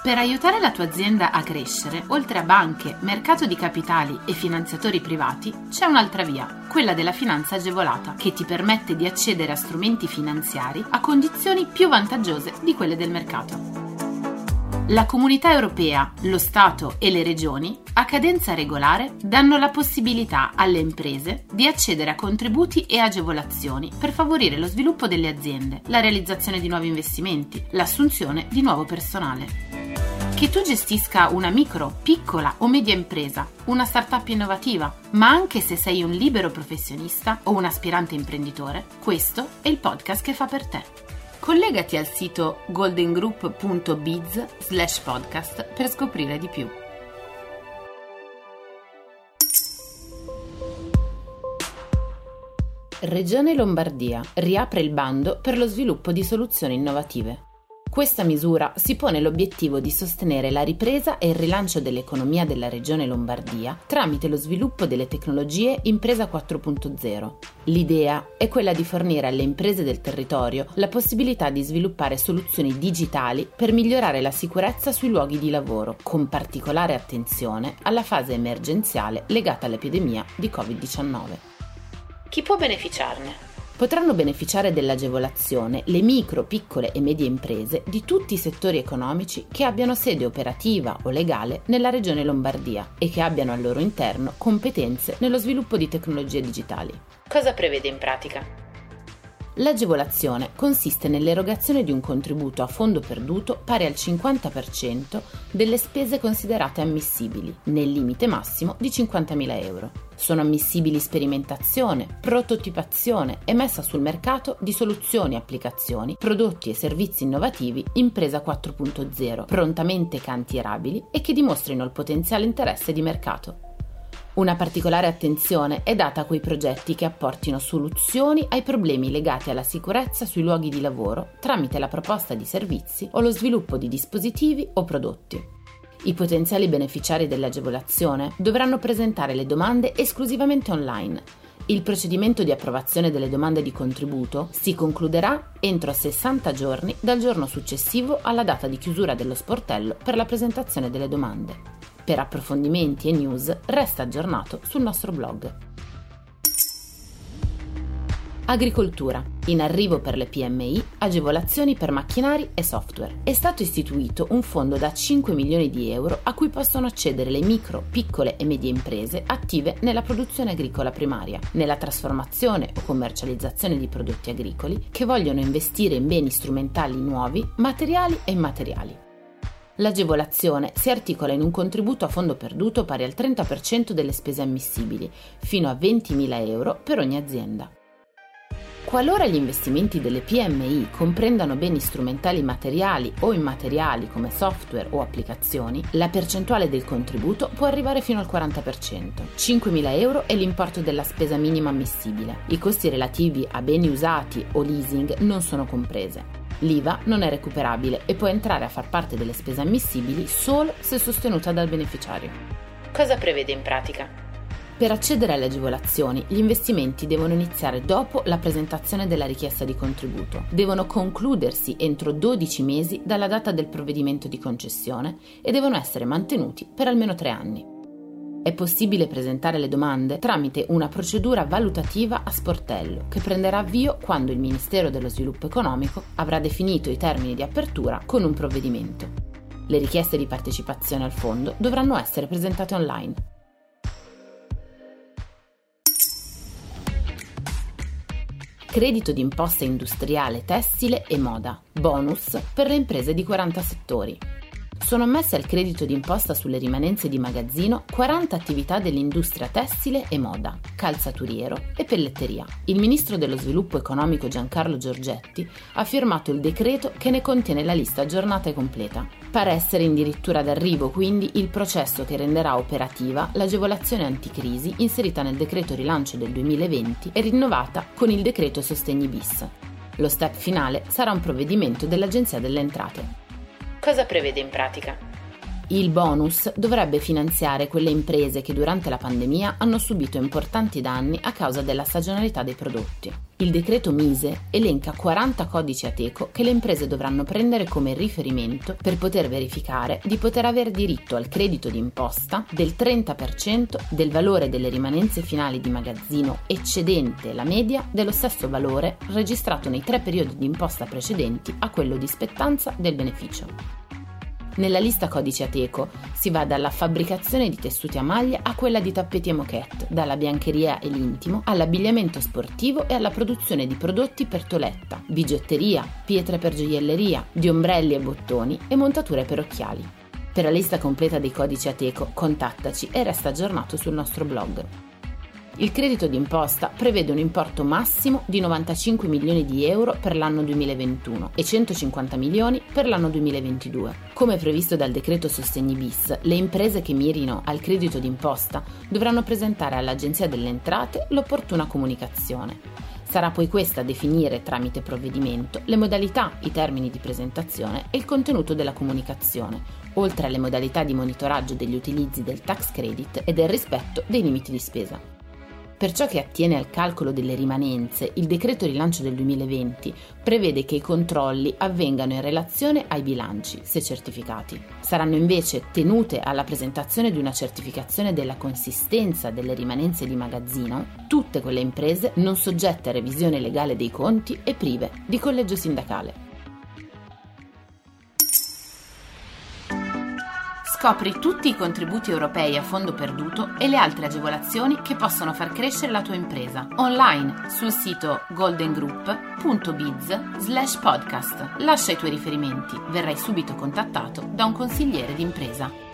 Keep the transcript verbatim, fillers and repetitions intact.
Per aiutare la tua azienda a crescere, oltre a banche, mercato di capitali e finanziatori privati, c'è un'altra via, quella della finanza agevolata, che ti permette di accedere a strumenti finanziari a condizioni più vantaggiose di quelle del mercato. La Comunità Europea, lo Stato e le Regioni, a cadenza regolare, danno la possibilità alle imprese di accedere a contributi e agevolazioni per favorire lo sviluppo delle aziende, la realizzazione di nuovi investimenti, l'assunzione di nuovo personale. Che tu gestisca una micro, piccola o media impresa, una startup innovativa, ma anche se sei un libero professionista o un aspirante imprenditore, questo è il podcast che fa per te. Collegati al sito goldengroup punto biz slash podcast per scoprire di più. Regione Lombardia riapre il bando per lo sviluppo di soluzioni innovative. Questa misura si pone l'obiettivo di sostenere la ripresa e il rilancio dell'economia della Regione Lombardia tramite lo sviluppo delle tecnologie Impresa quattro punto zero. L'idea è quella di fornire alle imprese del territorio la possibilità di sviluppare soluzioni digitali per migliorare la sicurezza sui luoghi di lavoro, con particolare attenzione alla fase emergenziale legata all'epidemia di covid diciannove. Chi può beneficiarne? Potranno beneficiare dell'agevolazione le micro, piccole e medie imprese di tutti i settori economici che abbiano sede operativa o legale nella Regione Lombardia e che abbiano al loro interno competenze nello sviluppo di tecnologie digitali. Cosa prevede in pratica? L'agevolazione consiste nell'erogazione di un contributo a fondo perduto pari al cinquanta per cento delle spese considerate ammissibili, nel limite massimo di cinquantamila euro. Sono ammissibili sperimentazione, prototipazione e messa sul mercato di soluzioni, applicazioni, prodotti e servizi innovativi Impresa quattro punto zero, prontamente cantierabili e che dimostrino il potenziale interesse di mercato. Una particolare attenzione è data a quei progetti che apportino soluzioni ai problemi legati alla sicurezza sui luoghi di lavoro tramite la proposta di servizi o lo sviluppo di dispositivi o prodotti. I potenziali beneficiari dell'agevolazione dovranno presentare le domande esclusivamente online. Il procedimento di approvazione delle domande di contributo si concluderà entro sessanta giorni dal giorno successivo alla data di chiusura dello sportello per la presentazione delle domande. Per approfondimenti e news resta aggiornato sul nostro blog. Agricoltura. In arrivo per le P M I, agevolazioni per macchinari e software. È stato istituito un fondo da cinque milioni di euro a cui possono accedere le micro, piccole e medie imprese attive nella produzione agricola primaria, nella trasformazione o commercializzazione di prodotti agricoli che vogliono investire in beni strumentali nuovi, materiali e immateriali. L'agevolazione si articola in un contributo a fondo perduto pari al trenta per cento delle spese ammissibili, fino a ventimila euro per ogni azienda. Qualora gli investimenti delle P M I comprendano beni strumentali materiali o immateriali come software o applicazioni, la percentuale del contributo può arrivare fino al quaranta per cento. cinquemila euro è l'importo della spesa minima ammissibile. I costi relativi a beni usati o leasing non sono comprese. L'I V A non è recuperabile e può entrare a far parte delle spese ammissibili solo se sostenuta dal beneficiario. Cosa prevede in pratica? Per accedere alle agevolazioni, gli investimenti devono iniziare dopo la presentazione della richiesta di contributo. Devono concludersi entro dodici mesi dalla data del provvedimento di concessione e devono essere mantenuti per almeno tre anni. È possibile presentare le domande tramite una procedura valutativa a sportello che prenderà avvio quando il Ministero dello Sviluppo Economico avrà definito i termini di apertura con un provvedimento. Le richieste di partecipazione al fondo dovranno essere presentate online. Credito d'imposta industriale, tessile e moda. Bonus per le imprese di quaranta settori. Sono ammesse al credito d'imposta sulle rimanenze di magazzino quaranta attività dell'industria tessile e moda, calzaturiero e pelletteria. Il ministro dello sviluppo economico Giancarlo Giorgetti ha firmato il decreto che ne contiene la lista aggiornata e completa. Pare essere addirittura d'arrivo quindi il processo che renderà operativa l'agevolazione anticrisi inserita nel decreto rilancio del duemilaventi e rinnovata con il decreto sostegni bis. Lo step finale sarà un provvedimento dell'Agenzia delle Entrate. Cosa prevede in pratica? Il bonus dovrebbe finanziare quelle imprese che durante la pandemia hanno subito importanti danni a causa della stagionalità dei prodotti. Il decreto Mise elenca quaranta codici Ateco che le imprese dovranno prendere come riferimento per poter verificare di poter avere diritto al credito d'imposta del trenta per cento del valore delle rimanenze finali di magazzino eccedente la media dello stesso valore registrato nei tre periodi di imposta precedenti a quello di spettanza del beneficio. Nella lista codici Ateco si va dalla fabbricazione di tessuti a maglia a quella di tappeti e moquette, dalla biancheria e l'intimo all'abbigliamento sportivo e alla produzione di prodotti per toeletta, bigiotteria, pietre per gioielleria, di ombrelli e bottoni e montature per occhiali. Per la lista completa dei codici Ateco contattaci e resta aggiornato sul nostro blog. Il credito d'imposta prevede un importo massimo di novantacinque milioni di euro per l'anno duemilaventuno e centocinquanta milioni per l'anno duemilaventidue. Come previsto dal decreto Sostegni bis, le imprese che mirino al credito d'imposta dovranno presentare all'Agenzia delle Entrate l'opportuna comunicazione. Sarà poi questa a definire tramite provvedimento le modalità, i termini di presentazione e il contenuto della comunicazione, oltre alle modalità di monitoraggio degli utilizzi del tax credit e del rispetto dei limiti di spesa. Per ciò che attiene al calcolo delle rimanenze, il decreto rilancio del duemilaventi prevede che i controlli avvengano in relazione ai bilanci, se certificati. Saranno invece tenute alla presentazione di una certificazione della consistenza delle rimanenze di magazzino tutte quelle imprese non soggette a revisione legale dei conti e prive di collegio sindacale. Scopri tutti i contributi europei a fondo perduto e le altre agevolazioni che possono far crescere la tua impresa online sul sito goldengroup punto biz slash podcast. Lascia i tuoi riferimenti, verrai subito contattato da un consigliere d'impresa.